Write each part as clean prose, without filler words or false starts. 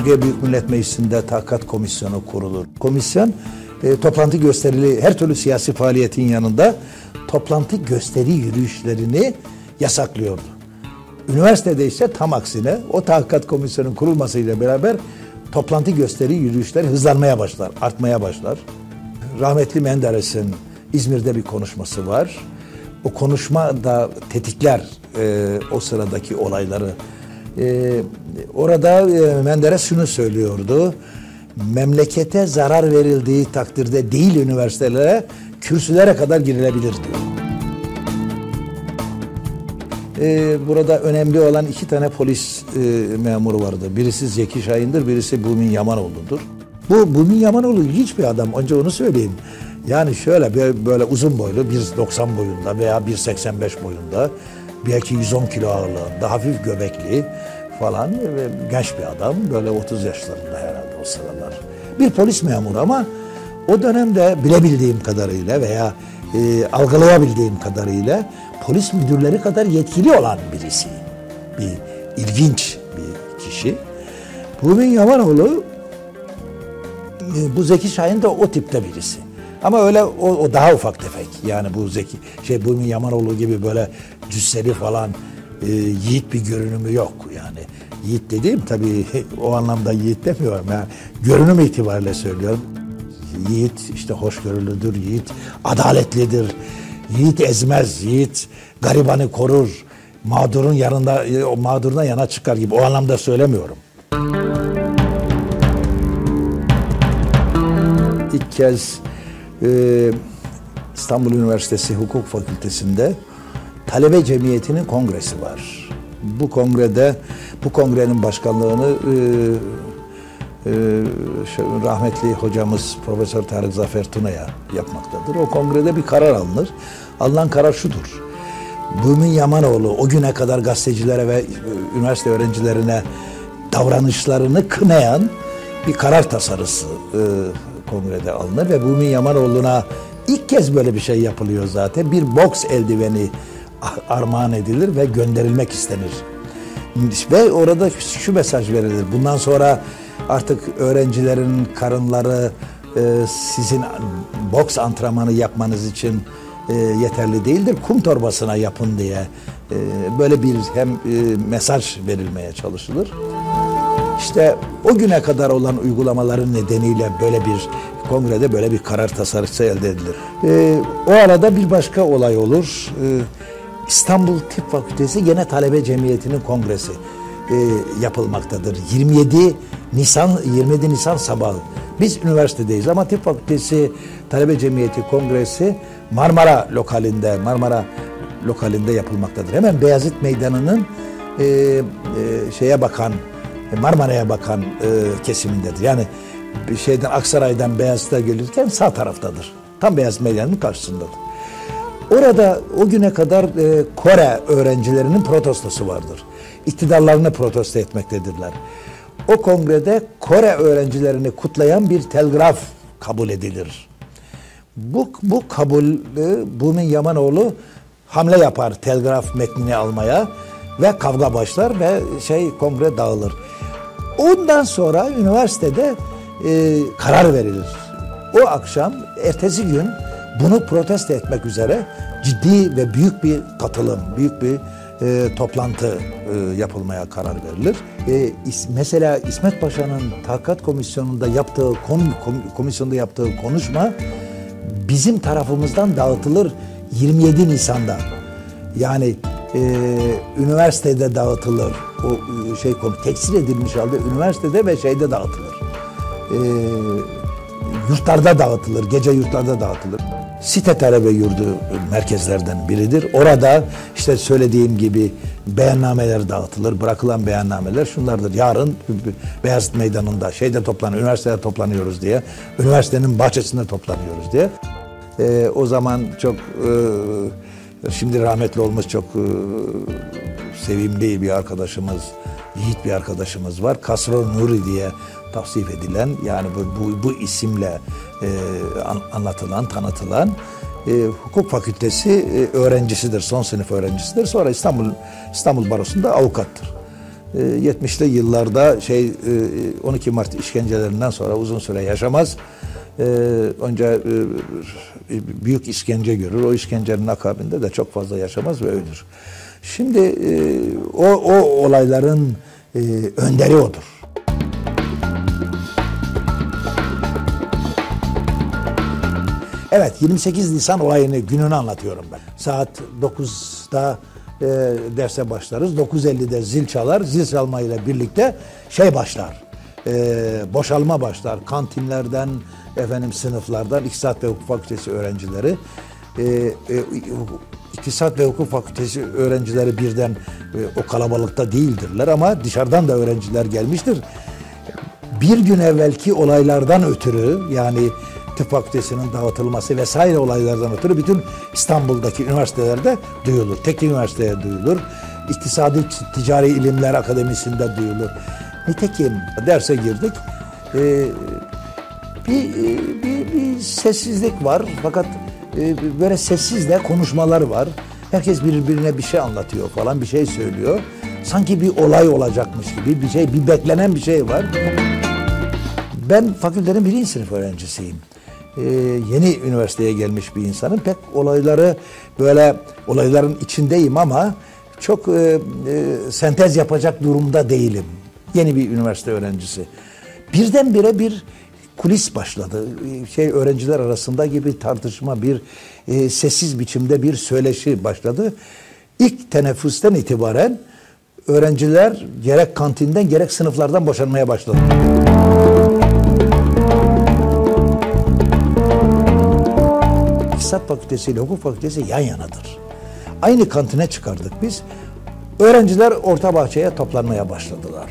Türkiye Büyük Millet Meclisi'nde tahakkuk komisyonu kurulur. Komisyon toplantı gösterili her türlü siyasi faaliyetin yanında toplantı gösteri yürüyüşlerini yasaklıyordu. Üniversitede ise tam aksine o tahakkuk komisyonunun kurulmasıyla beraber toplantı gösteri yürüyüşleri hızlanmaya başlar, artmaya başlar. Rahmetli Menderes'in İzmir'de bir konuşması var. O konuşma da tetikler o sıradaki olayları. Orada Menderes şunu söylüyordu. Memlekete zarar verildiği takdirde değil üniversitelere, kürsülere kadar girilebilir diyor. Burada önemli olan 2 tane polis memuru vardı. Birisi Zeki Şahin'dir, birisi Bumin Yamanoğlu'dur. Bu Bumin Yamanoğlu ilginç bir adam. Önce onu söyleyeyim. Yani şöyle böyle uzun boylu, 1.90 boyunda veya 1.85 boyunda, belki 110 kilo ağırlığında, hafif göbekli falan, genç bir adam. Böyle 30 yaşlarında herhalde o sıralar. Bir polis memuru ama o dönemde bilebildiğim kadarıyla veya algılayabildiğim kadarıyla polis müdürleri kadar yetkili olan birisi. İlginç bir kişi. Bumin Yamanoğlu, bu Zeki Şahin de o tipte birisi. Ama öyle o daha ufak tefek. Yani bu Bumin Yamanoğlu gibi böyle cüsseli falan yiğit bir görünümü yok yani. Yiğit dediğim tabii o anlamda yiğit demiyorum. Yani görünüm itibariyle söylüyorum. Yiğit işte hoşgörülüdür, yiğit adaletlidir, yiğit ezmez, yiğit garibanı korur, mağdurun yanında, mağduruna yana çıkar gibi. O anlamda söylemiyorum. İlk kez İstanbul Üniversitesi Hukuk Fakültesi'nde talebe cemiyetinin kongresi var. Bu kongrenin başkanlığını rahmetli hocamız Profesör Tarık Zafer Tuna'ya yapmaktadır. O kongrede bir karar alınır. Alınan karar şudur. Bumin Yamanoğlu o güne kadar gazetecilere ve üniversite öğrencilerine davranışlarını kınayan bir karar tasarısı kongrede alınır ve Bumin Yamanoğlu'na ilk kez böyle bir şey yapılıyor zaten. Bir boks eldiveni armağan edilir ve gönderilmek istenir. Ve orada şu mesaj verilir. Bundan sonra artık öğrencilerin karınları sizin boks antrenmanı yapmanız için yeterli değildir. Kum torbasına yapın diye böyle bir mesaj verilmeye çalışılır. İşte o güne kadar olan uygulamaların nedeniyle böyle bir kongrede böyle bir karar tasarısı elde edilir. O arada bir başka olay olur. İstanbul Tıp Fakültesi Gene Talebe Cemiyeti'nin kongresi yapılmaktadır. 27 Nisan sabahı. Biz üniversitedeyiz ama Tıp Fakültesi Talebe Cemiyeti Kongresi Marmara lokalinde yapılmaktadır. Hemen Beyazıt Meydanı'nın Marmara'ya bakan kesimindedir. Yani Aksaray'dan Beyazıt'a gelirken sağ taraftadır. Tam Beyazıt Meydanı'nın karşısındadır. Orada o güne kadar Kore öğrencilerinin protestosu vardır. İktidarlarını protesto etmektedirler. O kongrede Kore öğrencilerini kutlayan bir telgraf kabul edilir. Bu kabul Bumin Yamanoğlu hamle yapar telgraf metnini almaya ve kavga başlar ve kongre dağılır. Ondan sonra üniversitede karar verilir. O akşam ertesi gün bunu protesto etmek üzere ciddi ve büyük bir katılım, büyük bir toplantı yapılmaya karar verilir. Mesela İsmet Paşa'nın tahakkuk komisyonunda yaptığı konuşma bizim tarafımızdan dağıtılır 27 Nisan'da. Yani üniversitede dağıtılır. O tekstil edilmiş halde üniversitede ve dağıtılır. Yurtlarda dağıtılır, gece yurtlarda dağıtılır. Site talebe yurdu merkezlerden biridir. Orada işte söylediğim gibi beyannameler dağıtılır. Bırakılan beyannameler şunlardır. Yarın Beyazıt Meydanı'nda üniversitede toplanıyoruz diye. Üniversitenin bahçesinde toplanıyoruz diye. O zaman çok şimdi rahmetli olmuş çok sevimli bir arkadaşımız, yiğit bir arkadaşımız var. Kasro Nuri diye tavsif edilen, yani bu isimle tanıtılan hukuk fakültesi öğrencisidir, son sınıf öğrencisidir. Sonra İstanbul Barosu'nda avukattır. 70'li yıllarda 12 Mart işkencelerinden sonra uzun süre yaşamaz. Önce büyük işkence görür. O işkencenin akabinde de çok fazla yaşamaz ve ölür. Şimdi o olayların önderi odur. Evet, 28 Nisan olayını, gününü anlatıyorum ben. Saat 9'da derse başlarız. 9.50'de zil çalar. Zil çalmayla birlikte başlar. Boşalma başlar. Kantinlerden, sınıflardan, İktisat ve Hukuk Fakültesi öğrencileri. İktisat ve Hukuk Fakültesi öğrencileri birden o kalabalıkta değildirler ama dışarıdan da öğrenciler gelmiştir. Bir gün evvelki olaylardan ötürü, yani Tıp Fakültesi'nin dağıtılması vesaire olaylardan ötürü bütün İstanbul'daki üniversitelerde duyulur. Teknik Üniversitesi'de duyulur. İktisadi Ticari İlimler Akademisi'nde duyulur. Nitekim derse girdik. Bir sessizlik var. Fakat böyle sessiz de konuşmalar var. Herkes birbirine bir şey anlatıyor falan, bir şey söylüyor. Sanki bir olay olacakmış gibi bir beklenen bir şey var. Ben fakültenin 1. sınıf öğrencisiyim. Yeni üniversiteye gelmiş bir insanım. Pek olayların içindeyim ama çok sentez yapacak durumda değilim. Yeni bir üniversite öğrencisi. Birdenbire bir kulis başladı. Öğrenciler arasında gibi tartışma, bir sessiz biçimde bir söyleşi başladı. İlk teneffüsten itibaren öğrenciler gerek kantinden gerek sınıflardan boşanmaya başladı. İktisat Fakültesi ile Hukuk Fakültesi yan yanadır. Aynı kantine çıkardık biz. Öğrenciler orta bahçeye toplanmaya başladılar.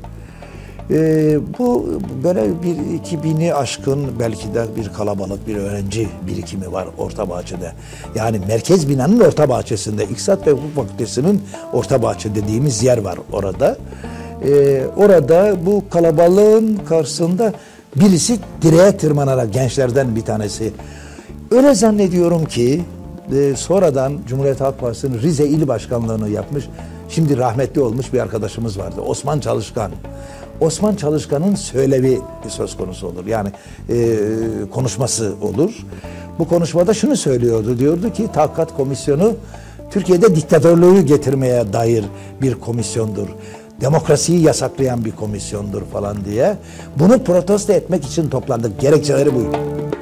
Bu böyle 2000'i aşkın belki de bir kalabalık bir öğrenci birikimi var orta bahçede. Yani merkez binanın orta bahçesinde, İktisat ve Hukuk Fakültesi'nin orta bahçe dediğimiz yer var orada. Orada bu kalabalığın karşısında birisi direğe tırmanarak, gençlerden bir tanesi. Öyle zannediyorum ki sonradan Cumhuriyet Halk Partisi'nin Rize İl Başkanlığı'nı yapmış, şimdi rahmetli olmuş bir arkadaşımız vardı. Osman Çalışkan. Osman Çalışkan'ın söylevi söz konusu olur. Yani konuşması olur. Bu konuşmada şunu söylüyordu. Diyordu ki Tahkikat Komisyonu Türkiye'de diktatörlüğü getirmeye dair bir komisyondur. Demokrasiyi yasaklayan bir komisyondur falan diye. Bunu protesto etmek için toplandık. Gerekçeleri buydu.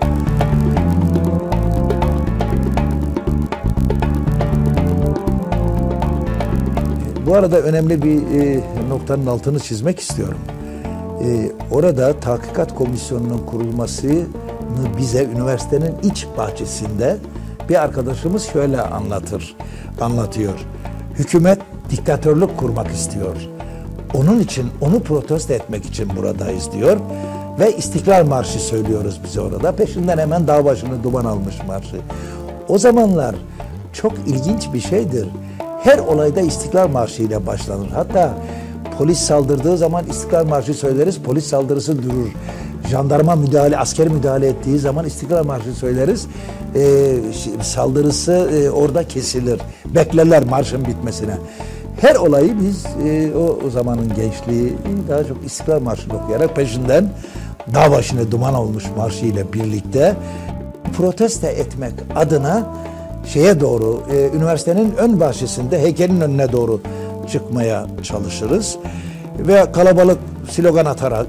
Bu arada önemli bir noktanın altını çizmek istiyorum. Orada Tahkikat Komisyonu'nun kurulmasını bize üniversitenin iç bahçesinde bir arkadaşımız şöyle anlatıyor. Hükümet diktatörlük kurmak istiyor. Onun için, onu protesto etmek için buradayız diyor. Ve İstiklal Marşı söylüyoruz biz orada. Peşinden hemen dağ başını duman almış marşı. O zamanlar çok ilginç bir şeydir. Her olayda İstiklal Marşı ile başlanır. Hatta polis saldırdığı zaman İstiklal Marşı söyleriz, polis saldırısı durur. Jandarma asker müdahale ettiği zaman İstiklal Marşı söyleriz, saldırısı orada kesilir. Beklerler marşın bitmesine. Her olayı biz o zamanın gençliği daha çok İstiklal Marşı'nı okuyarak peşinden dağ başına duman olmuş marşı ile birlikte protesto etmek adına doğru, üniversitenin ön bahçesinde heykelin önüne doğru çıkmaya çalışırız. Ve kalabalık slogan atarak,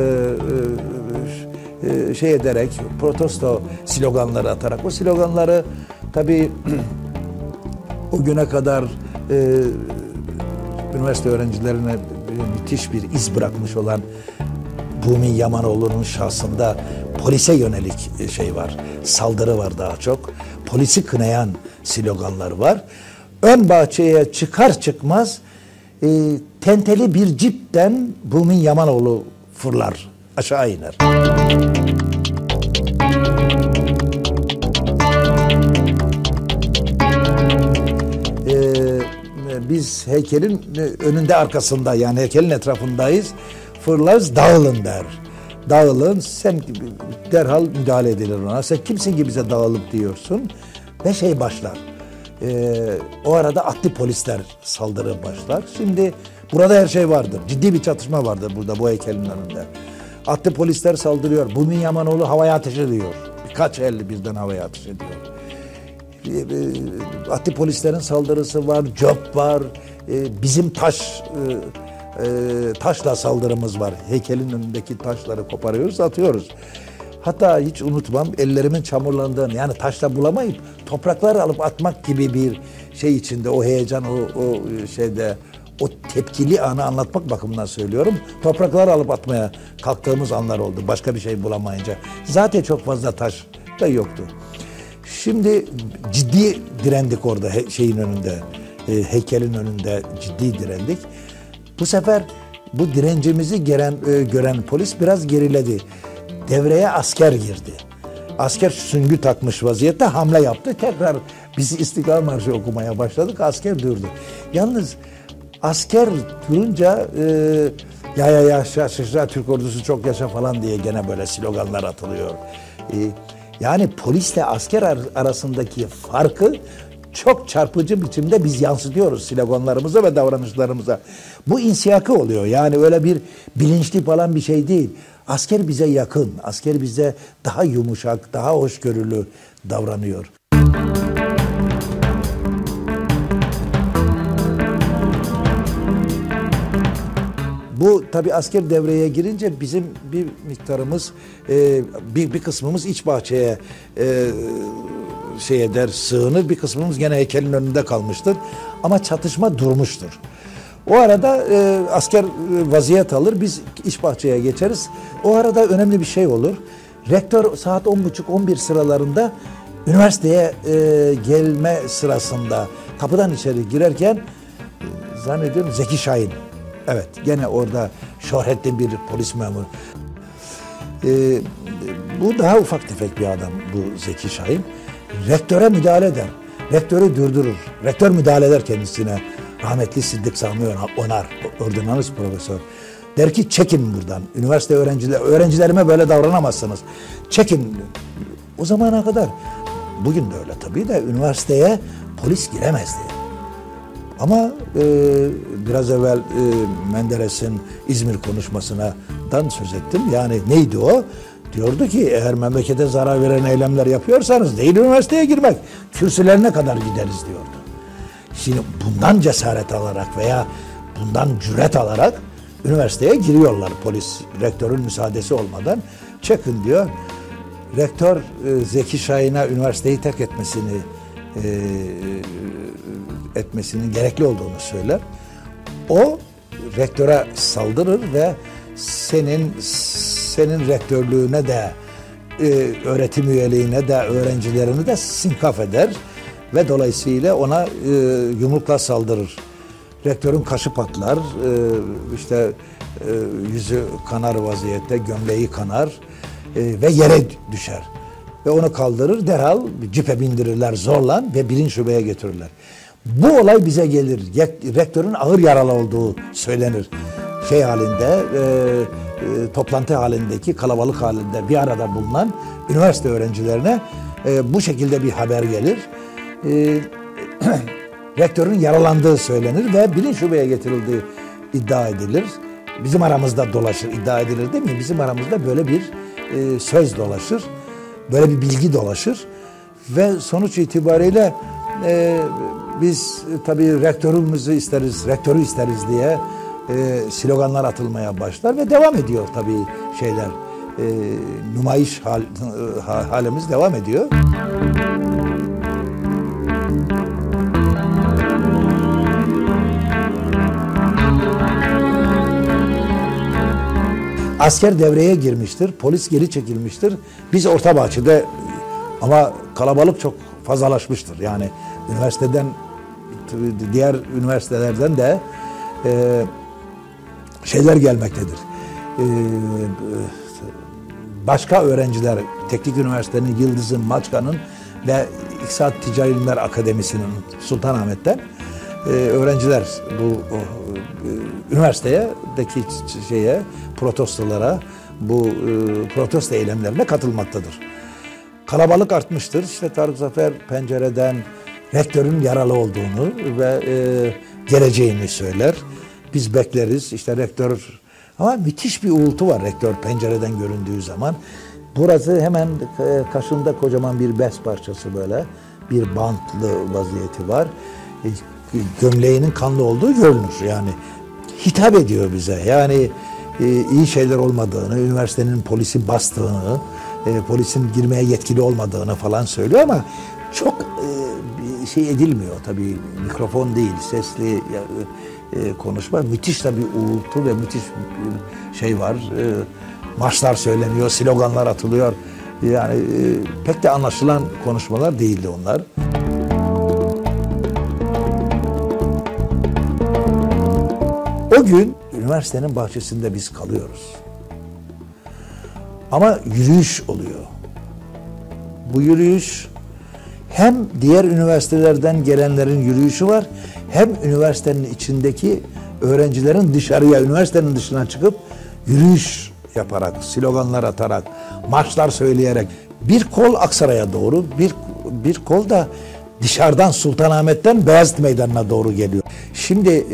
ederek, protesto sloganları atarak, o sloganları tabii o güne kadar üniversite öğrencilerine müthiş bir iz bırakmış olan Bumi Yamanoğlu'nun şahsında polise yönelik var, saldırı var daha çok. Polisi kınayan sloganlar var. Ön bahçeye çıkar çıkmaz tenteli bir cipten Bumi Yamanoğlu fırlar, aşağı iner. Biz heykelin önünde arkasında, yani heykelin etrafındayız. Fırlarız, dağılın der. Dağılın, sen derhal müdahale edilir ona. Sen kimsin ki bize dağılıp diyorsun? Ve başlar. O arada atlı polisler saldırı başlar. Şimdi Burada her şey vardır. Ciddi bir çatışma vardır burada bu heykelin önünde. Atlı polisler saldırıyor. Bumin Yamanoğlu havaya ateş ediyor. Birkaç el birden havaya ateş ediyor. Atlı polislerin saldırısı var, cop var. Bizim taşla saldırımız var. Heykelin önündeki taşları koparıyoruz, atıyoruz. Hatta hiç unutmam ellerimin çamurlandığını, yani taşla bulamayıp topraklar alıp atmak gibi bir şey içinde, o heyecan, o şeyde, o tepkili anı anlatmak bakımından söylüyorum. Topraklar alıp atmaya kalktığımız anlar oldu. Başka bir şey bulamayınca. Zaten çok fazla taş da yoktu. Şimdi ciddi direndik orada şeyin önünde, heykelin önünde ciddi direndik. Bu sefer bu direncimizi gören polis biraz geriledi. Devreye asker girdi. Asker süngü takmış vaziyette hamle yaptı. Tekrar biz İstiklal Marşı okumaya başladık. Asker durdu. Yalnız asker durunca yaşa Türk ordusu çok yaşa falan diye gene böyle sloganlar atılıyor. Yani polisle asker arasındaki farkı çok çarpıcı biçimde biz yansıtıyoruz sloganlarımıza ve davranışlarımıza. Bu insiyakı oluyor. Yani öyle bir bilinçli falan bir şey değil. Asker bize yakın, asker bize daha yumuşak, daha hoşgörülü davranıyor. Bu tabii asker devreye girince bizim bir miktarımız, bir kısmımız iç bahçeye sığınır, bir kısmımız gene heykelin önünde kalmıştır. Ama çatışma durmuştur. O arada asker vaziyet alır, biz iç bahçeye geçeriz. O arada önemli bir şey olur. Rektör saat 10.30-11 sıralarında üniversiteye gelme sırasında kapıdan içeri girerken zannediyorum Zeki Şahin. Evet, gene orada şöhretli bir polis memuru. Bu daha ufak tefek bir adam, bu Zeki Şahin. Rektöre müdahale eder. Rektörü durdurur. Rektör müdahale eder kendisine. Rahmetli Sıddık Sami Onar, ordonans profesör. Der ki çekin buradan. Üniversite öğrencilerime böyle davranamazsınız. Çekin. O zamana kadar, bugün de öyle tabii de, üniversiteye polis giremezdi. Ama biraz evvel Menderes'in İzmir konuşmasından söz ettim. Yani neydi o? Diyordu ki eğer memlekete zarar veren eylemler yapıyorsanız değil üniversiteye girmek, kürsülerine kadar gideriz diyordu. Şimdi bundan cesaret alarak veya bundan cüret alarak üniversiteye giriyorlar polis. Rektörün müsaadesi olmadan çekin diyor. Rektör Zeki Şahin'e üniversiteyi terk etmesinin gerekli olduğunu söyler. O rektöre saldırır ve senin rektörlüğüne de öğretim üyeliğine de öğrencilerini de sinkaf eder ve dolayısıyla ona yumrukla saldırır. Rektörün kaşı patlar, yüzü kanar vaziyette, gömleği kanar ve yere düşer. Ve onu kaldırır, derhal cipe bindirirler zorla ve birinci şubeye götürürler. Bu olay bize gelir. Rektörün ağır yaralı olduğu söylenir. Toplantı halindeki, kalabalık halinde bir arada bulunan üniversite öğrencilerine bu şekilde bir haber gelir. Rektörün yaralandığı söylenir ve birinci şubeye getirildiği iddia edilir. Bizim aramızda dolaşır, iddia edilir değil mi? Bizim aramızda böyle bir söz dolaşır, böyle bir bilgi dolaşır ve sonuç itibariyle biz tabii rektörü isteriz diye sloganlar atılmaya başlar ve devam ediyor tabii şeyler. Nümayiş halimiz devam ediyor. Asker devreye girmiştir, polis geri çekilmiştir. Biz orta bahçede, ama kalabalık çok fazlalaşmıştır. Yani üniversiteden, diğer üniversitelerden de şeyler gelmektedir. Başka öğrenciler, Teknik Üniversitenin, Yıldız'ın, Maçka'nın ve İktisat Ticari İlimler Akademisi'nin Sultanahmet'ten öğrenciler bu üniversitedeki protestolara, bu protesto eylemlerine katılmaktadır. Kalabalık artmıştır. İşte Tarık Zafer pencereden rektörün yaralı olduğunu ve geleceğini söyler. Biz bekleriz. İşte rektör, ama müthiş bir uğultu var rektör pencereden göründüğü zaman. Burası hemen kaşında kocaman bir bez parçası böyle. Bir bantlı vaziyeti var. Gömleğinin kanlı olduğu görünür. Yani hitap ediyor bize. Yani iyi şeyler olmadığını, üniversitenin polisin bastığını, polisin girmeye yetkili olmadığını falan söylüyor ama çok şey edilmiyor tabii, mikrofon değil, sesli konuşma. Müthiş tabii uğultu ve müthiş bir şey var. Marşlar söyleniyor, sloganlar atılıyor. Yani pek de anlaşılan konuşmalar değildi onlar. O gün üniversitenin bahçesinde biz kalıyoruz. Ama yürüyüş oluyor. Bu yürüyüş hem diğer üniversitelerden gelenlerin yürüyüşü var, hem üniversitenin içindeki öğrencilerin dışarıya, üniversitenin dışına çıkıp yürüyüş yaparak, sloganlar atarak, marşlar söyleyerek, bir kol Aksaray'a doğru, bir kol da dışarıdan Sultanahmet'ten Beyazıt Meydanı'na doğru geliyor. Şimdi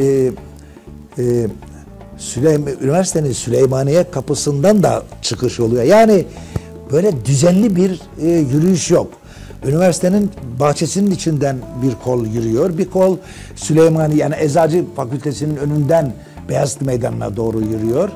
üniversitenin Süleymaniye kapısından da çıkış oluyor. Yani böyle düzenli bir yürüyüş yok. Üniversitenin bahçesinin içinden bir kol yürüyor. Bir kol Süleymaniye, yani Eczacı Fakültesinin önünden Beyazıt Meydanı'na doğru yürüyor.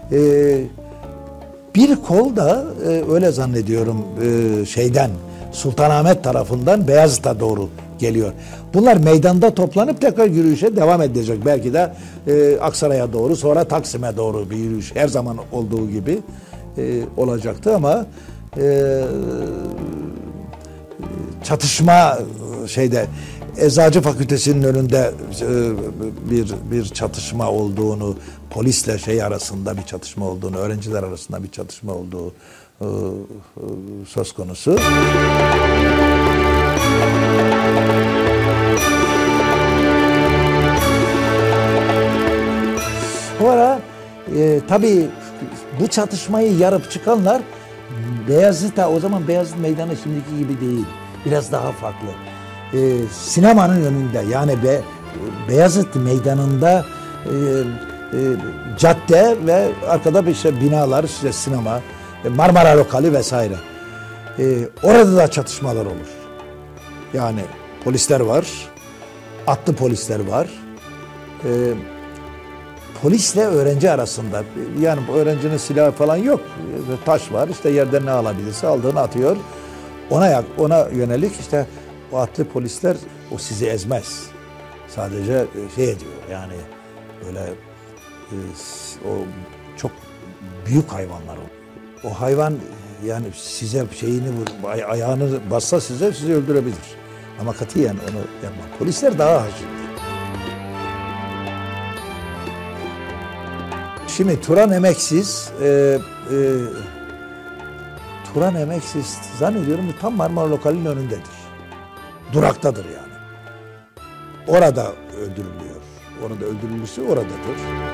Bir kol da öyle zannediyorum Sultanahmet tarafından Beyazıt'a doğru geliyor. Bunlar meydanda toplanıp tekrar yürüyüşe devam edecek. Belki de Aksaray'a doğru, sonra Taksim'e doğru bir yürüyüş her zaman olduğu gibi olacaktı ama çatışma Eczacı Fakültesinin önünde bir çatışma olduğunu, polisle arasında bir çatışma olduğunu, öğrenciler arasında bir çatışma olduğu söz konusu. Sonra tabii bu çatışmayı yarıp çıkanlar Beyazıt'a, o zaman Beyazıt Meydanı şimdiki gibi değil, biraz daha farklı. Sinemanın önünde, yani Beyazıt Meydanı'nda cadde ve arkada bir binalar, sinema, Marmara Lokali vesaire. Orada da çatışmalar olur. Yani polisler var, atlı polisler var. Polisle öğrenci arasında, yani öğrencinin silahı falan yok, taş var, işte yerden ne alabilirse aldığını atıyor. Ona yönelik o atlı polisler o sizi ezmez. Sadece ediyor, yani böyle o çok büyük hayvanlar o. O hayvan yani size ayağını bassa sizi öldürebilir. Ama katiyen onu yapmaz. Polisler daha haşin. Şimdi Turan Emeksiz zannediyorum tam Marmara Lokali'nin önündedir. Duraktadır yani. Orada öldürülüyor. Orada öldürülmesi oradadır.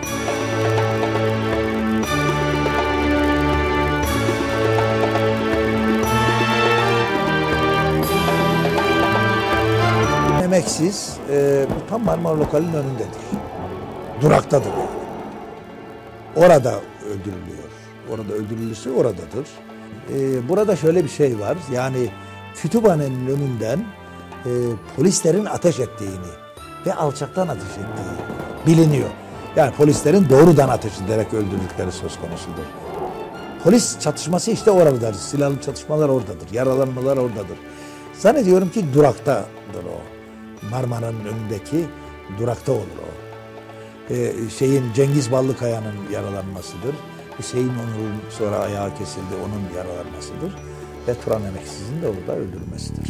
Emeksiz tam Marmara Lokali'nin önündedir. Duraktadır yani. Orada öldürülüyor. Orada öldürülmesi oradadır. Burada şöyle bir şey var. Yani kütüphanenin önünden polislerin ateş ettiğini ve alçaktan ateş ettiği biliniyor. Yani polislerin doğrudan ateş ederek öldürdükleri söz konusudur. Polis çatışması oradadır. Silahlı çatışmalar oradadır. Yaralanmalar oradadır. Zannediyorum ki duraktadır o. Marmara'nın önündeki durakta olur o. Cengiz Ballıkaya'nın yaralanmasıdır. Hüseyin Onur'un sonra ayağı kesildi, onun yaralanmasıdır. Ve Turan Emeksiz'in de orada öldürülmesidir.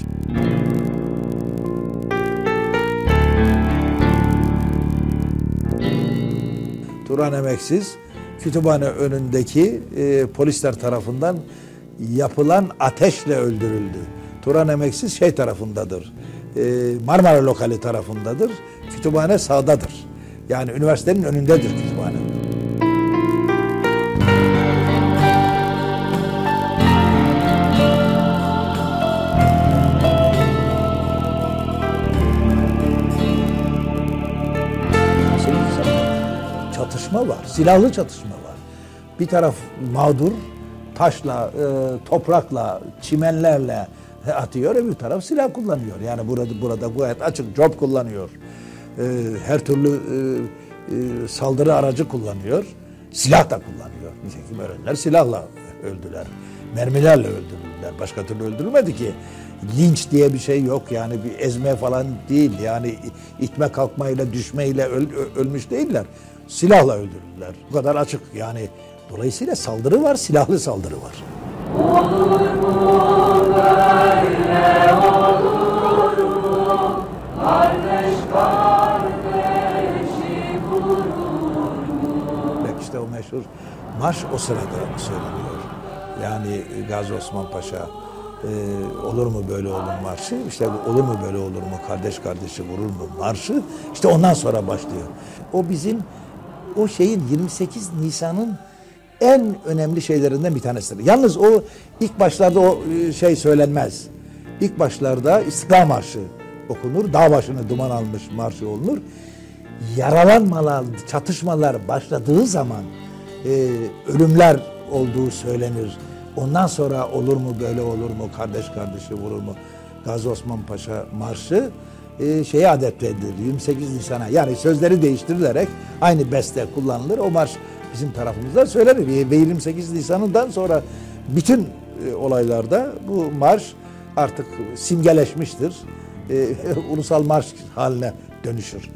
Turan Emeksiz, kütüphane önündeki polisler tarafından yapılan ateşle öldürüldü. Turan Emeksiz tarafındadır, Marmara Lokali tarafındadır, kütüphane sağdadır. Yani üniversitenin önündedir kütüphane. çatışma var. Silahlı çatışma var. Bir taraf mağdur, taşla, toprakla, çimenlerle atıyor. Öbür taraf silah kullanıyor. Yani burada gayet açık job kullanıyor. Her türlü saldırı aracı kullanıyor. Silah da kullanıyor. Nitekim ölenler silahla öldüler. Mermilerle öldürüldüler. Başka türlü öldürülmedi ki. Linç diye bir şey yok. Yani bir ezme falan değil. Yani itme kalkmayla, düşmeyle ölmüş değiller. Silahla öldürüldüler. Bu kadar açık. Yani dolayısıyla saldırı var, silahlı saldırı var. Olur mu böyle olur mu? Kardeş kardeşi vurur mu? Bak işte o meşhur marş o sırada söyleniyor. Yani Gazi Osman Paşa olur mu böyle olur marşı, işte olur mu böyle olur mu kardeş kardeşi vurur mu marşı, işte ondan sonra başlıyor. O bizim o şeyin 28 Nisan'ın en önemli şeylerinden bir tanesidir. Yalnız o ilk başlarda o şey söylenmez. İlk başlarda İstiklal Marşı okunur, dağ başını duman almış marşı olunur. Yaralanmalar, çatışmalar başladığı zaman ölümler olduğu söylenir. Ondan sonra olur mu böyle olur mu kardeş kardeşi vurur mu Gazi Osman Paşa marşı şeye adetlendir 28 Nisan'a, yani sözleri değiştirilerek aynı beste kullanılır. O marş bizim tarafımızda söylenir ve 28 Nisan'ından sonra bütün olaylarda bu marş artık simgeleşmiştir. Ulusal marş haline dönüşür.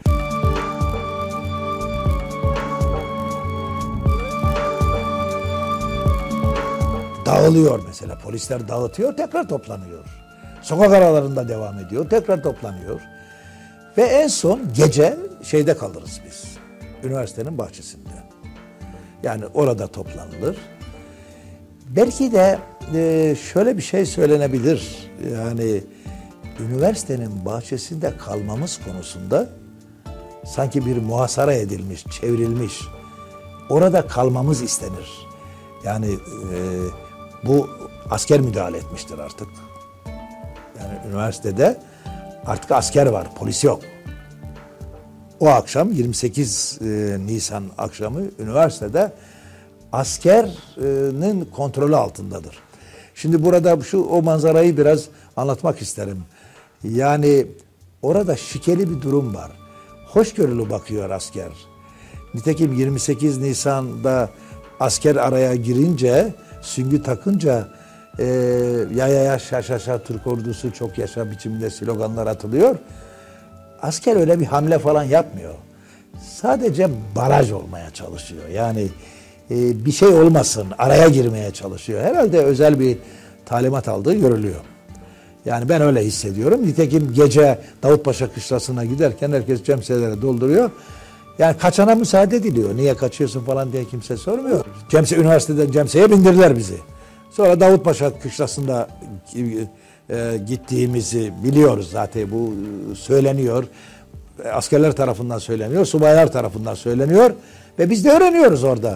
Dağılıyor mesela. Polisler dağıtıyor, tekrar toplanıyor. Sokak aralarında devam ediyor, tekrar toplanıyor. Ve en son gece şeyde kalırız biz. Üniversitenin bahçesinde. Yani orada toplanılır. Belki de şöyle bir şey söylenebilir. Yani üniversitenin bahçesinde kalmamız konusunda sanki bir muhasara edilmiş, çevrilmiş. Orada kalmamız istenir. Yani bu asker müdahale etmiştir artık. Yani üniversitede artık asker var, polis yok. O akşam 28 Nisan akşamı üniversitede askerin kontrolü altındadır. Şimdi burada o manzarayı biraz anlatmak isterim. Yani orada şikeli bir durum var. Hoşgörülü bakıyor asker. Nitekim 28 Nisan'da asker araya girince, süngü takınca ya yaşa Türk ordusu çok yaşa biçiminde sloganlar atılıyor. Asker öyle bir hamle falan yapmıyor. Sadece baraj olmaya çalışıyor. Yani bir şey olmasın, araya girmeye çalışıyor. Herhalde özel bir talimat aldığı görülüyor. Yani ben öyle hissediyorum. Nitekim gece Davutpaşa kışlasına giderken herkes cemselere dolduruyor. Yani kaçana müsaade ediliyor. Niye kaçıyorsun falan diye kimse sormuyor. Üniversiteden Cemse'ye bindirdiler bizi. Sonra Davutpaşa kışlasında gittiğimizi biliyoruz zaten, bu söyleniyor. Askerler tarafından söyleniyor, subaylar tarafından söyleniyor ve biz de öğreniyoruz orada.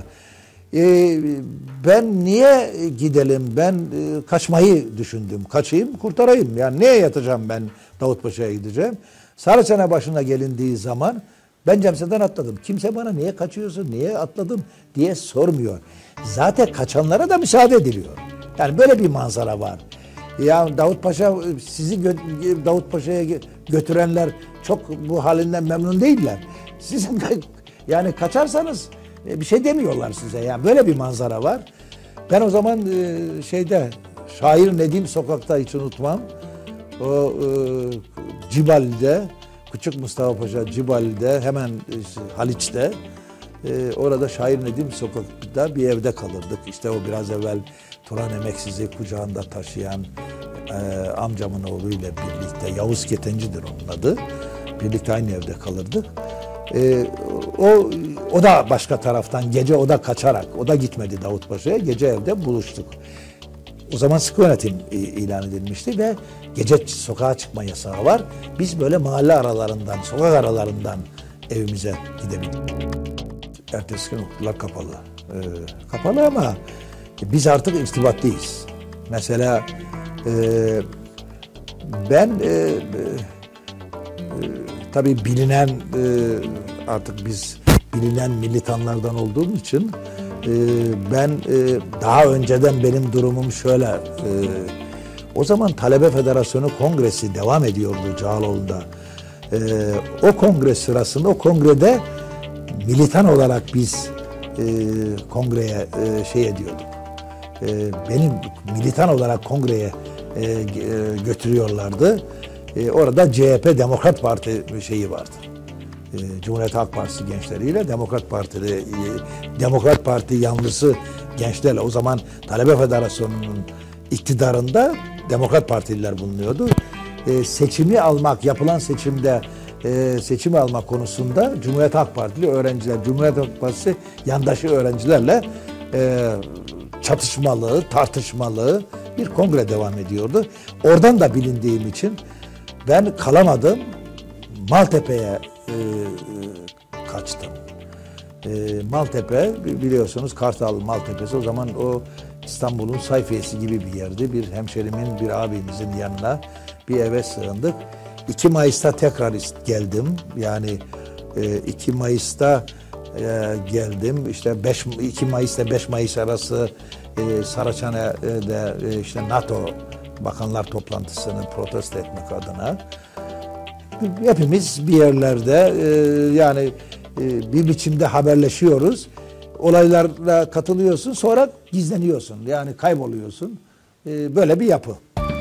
Ben niye gidelim? Ben kaçmayı düşündüm. Kaçayım, kurtarayım. Yani niye yatacağım ben Davutpaşa'ya gideceğim? Sarıçene başına gelindiği zaman ben Cemse'den atladım. Kimse bana niye kaçıyorsun, niye atladım diye sormuyor. Zaten kaçanlara da müsaade ediliyor. Yani böyle bir manzara var. Ya Davutpaşa, sizi Davutpaşa'ya götürenler çok bu halinden memnun değiller. Sizin yani kaçarsanız bir şey demiyorlar size. Yani böyle bir manzara var. Ben o zaman şair Nedim Sokak'ta hiç unutmam. O Cibali'de, Küçük Mustafa Paşa Cibali'de, hemen Haliç'te, orada Şair Nedim Sokak'ta bir evde kalırdık. İşte o biraz evvel Turan Emeksiz'i kucağında taşıyan amcamın oğluyla birlikte, Yavuz Ketenci'dir onun adı. Birlikte aynı evde kalırdık. O da başka taraftan gece o da kaçarak, o da gitmedi Davutpaşa'ya, gece evde buluştuk. O zaman sıkı yönetim ilan edilmişti ve gece sokağa çıkma yasağı var. Biz böyle mahalle aralarından, sokak aralarından evimize gidebildik. Ertesi gün okullar kapalı. Kapalı ama biz artık irtibatlıyız. Mesela ben tabii bilinen, artık biz bilinen militanlardan olduğum için ben daha önceden benim durumum şöyle. O zaman Talebe Federasyonu Kongresi devam ediyordu Cağaloğlu'nda. O kongre sırasında, o kongrede militan olarak biz kongreye şey ediyorduk. Benim militan olarak kongreye götürüyorlardı. Orada CHP Demokrat Parti şeyi vardı. Cumhuriyet Halk Partisi gençleriyle Demokrat Parti yanlısı gençlerle, o zaman Talebe Federasyonu'nun iktidarında Demokrat Partililer bulunuyordu. Seçimi almak, yapılan seçimde seçimi almak konusunda Cumhuriyet Halk Partili öğrenciler, Cumhuriyet Halk Partisi yandaşı öğrencilerle çatışmalı, tartışmalı bir kongre devam ediyordu. Oradan da bilindiğim için ben kalamadım. Maltepe'ye kaçtım. Maltepe, biliyorsunuz Kartal Maltepe'si, o zaman o İstanbul'un sayfiyesi gibi bir yerdi. Bir hemşerimin, bir abimizin yanına bir eve sığındık. 2 Mayıs'ta tekrar geldim. Yani 2 Mayıs'ta geldim. İşte 2 Mayıs ile 5 Mayıs arası Saraçhane'de işte NATO bakanlar toplantısını protesto etmek adına hepimiz bir yerlerde yani bir biçimde haberleşiyoruz. Olaylara katılıyorsun, sonra gizleniyorsun. Yani kayboluyorsun. Böyle bir yapı.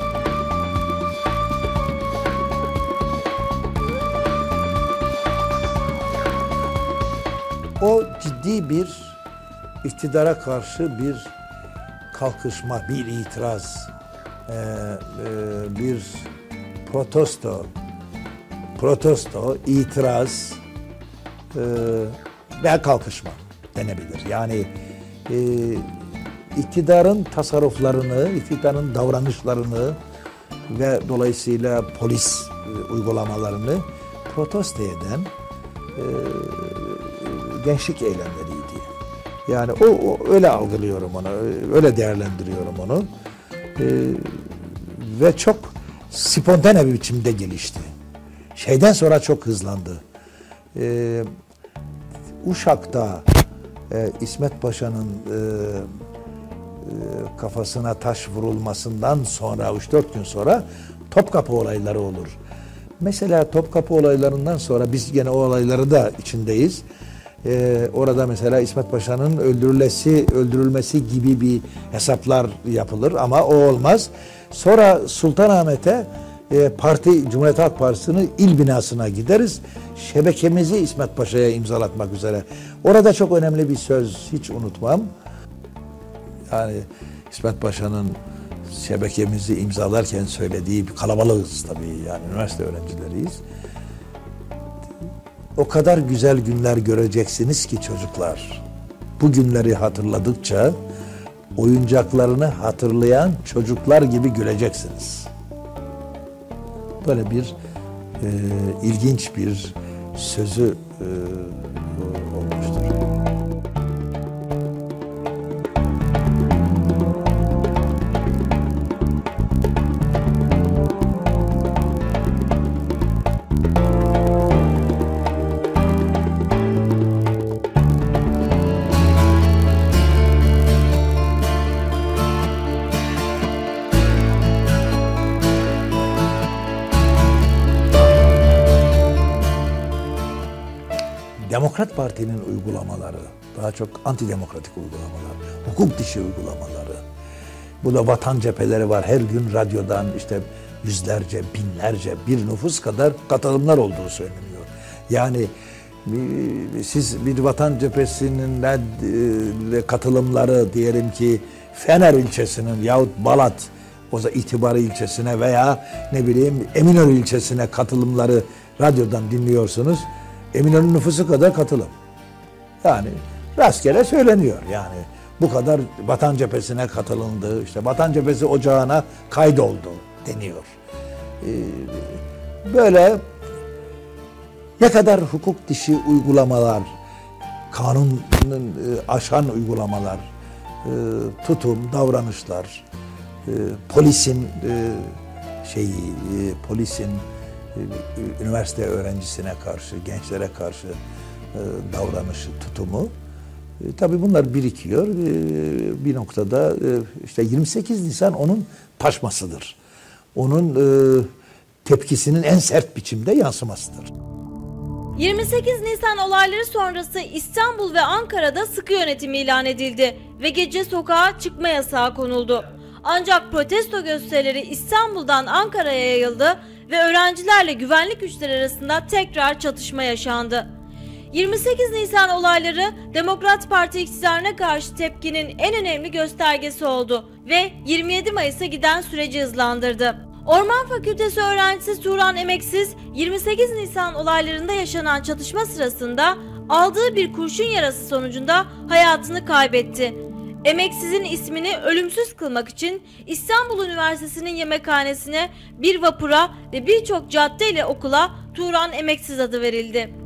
O ciddi bir iktidara karşı bir kalkışma, bir itiraz, bir protesto, itiraz veya kalkışma denebilir. Yani iktidarın tasarruflarını, iktidarın davranışlarını ve dolayısıyla polis uygulamalarını protesto eden gençlik eylemleriydi. Yani o öyle algılıyorum onu, öyle değerlendiriyorum onu. Ve çok spontane bir biçimde gelişti. Şeyden sonra çok hızlandı. Uşak'ta İsmet Paşa'nın kafasına taş vurulmasından sonra 3-4 gün sonra Topkapı olayları olur. Mesela Topkapı olaylarından sonra biz gene o olayları da içindeyiz. Orada mesela İsmet Paşa'nın öldürülmesi gibi bir hesaplar yapılır ama o olmaz. Sonra Sultanahmet'e Cumhuriyet Halk Partisi'nin il binasına gideriz. Şebekemizi İsmet Paşa'ya imzalatmak üzere. Orada çok önemli bir söz, hiç unutmam. Yani İsmet Paşa'nın şebekemizi imzalarken söylediği, kalabalığız tabii, yani üniversite öğrencileriyiz. O kadar güzel günler göreceksiniz ki çocuklar. Bu günleri hatırladıkça oyuncaklarını hatırlayan çocuklar gibi güleceksiniz. Böyle bir ilginç bir sözü olmuştur. Demokrat Parti'nin uygulamaları, daha çok antidemokratik uygulamalar, hukuk dışı uygulamaları. Bu da vatan cepheleri var. Her gün radyodan işte yüzlerce, binlerce, bir nüfus kadar katılımlar olduğu söyleniyor. Yani siz bir vatan cephesinin katılımları diyelim ki Fener ilçesinin yahut Balat, o da İtibar ilçesine veya ne bileyim Eminönü ilçesine katılımları radyodan dinliyorsunuz. Eminönü nüfusu kadar katılım. Yani rastgele söyleniyor. Yani bu kadar Vatan Cephesi'ne katılındı, işte Vatan Cephesi ocağına kaydoldu deniyor. Böyle ne kadar hukuk dışı uygulamalar, kanunun aşan uygulamalar, tutum, davranışlar, polisin üniversite öğrencisine karşı, gençlere karşı davranışı, tutumu. Tabii bunlar birikiyor. Bir noktada işte 28 Nisan onun taşmasıdır. Onun tepkisinin en sert biçimde yansımasıdır. 28 Nisan olayları sonrası İstanbul ve Ankara'da sıkı yönetim ilan edildi ve gece sokağa çıkma yasağı konuldu. Ancak protesto gösterileri İstanbul'dan Ankara'ya yayıldı ve öğrencilerle güvenlik güçleri arasında tekrar çatışma yaşandı. 28 Nisan olayları Demokrat Parti iktidarına karşı tepkinin en önemli göstergesi oldu ve 27 Mayıs'a giden süreci hızlandırdı. Orman Fakültesi öğrencisi Turan Emeksiz, 28 Nisan olaylarında yaşanan çatışma sırasında aldığı bir kurşun yarası sonucunda hayatını kaybetti. Emeksiz'in ismini ölümsüz kılmak için İstanbul Üniversitesi'nin yemekhanesine, bir vapura ve birçok cadde ile okula Turan Emeksiz adı verildi.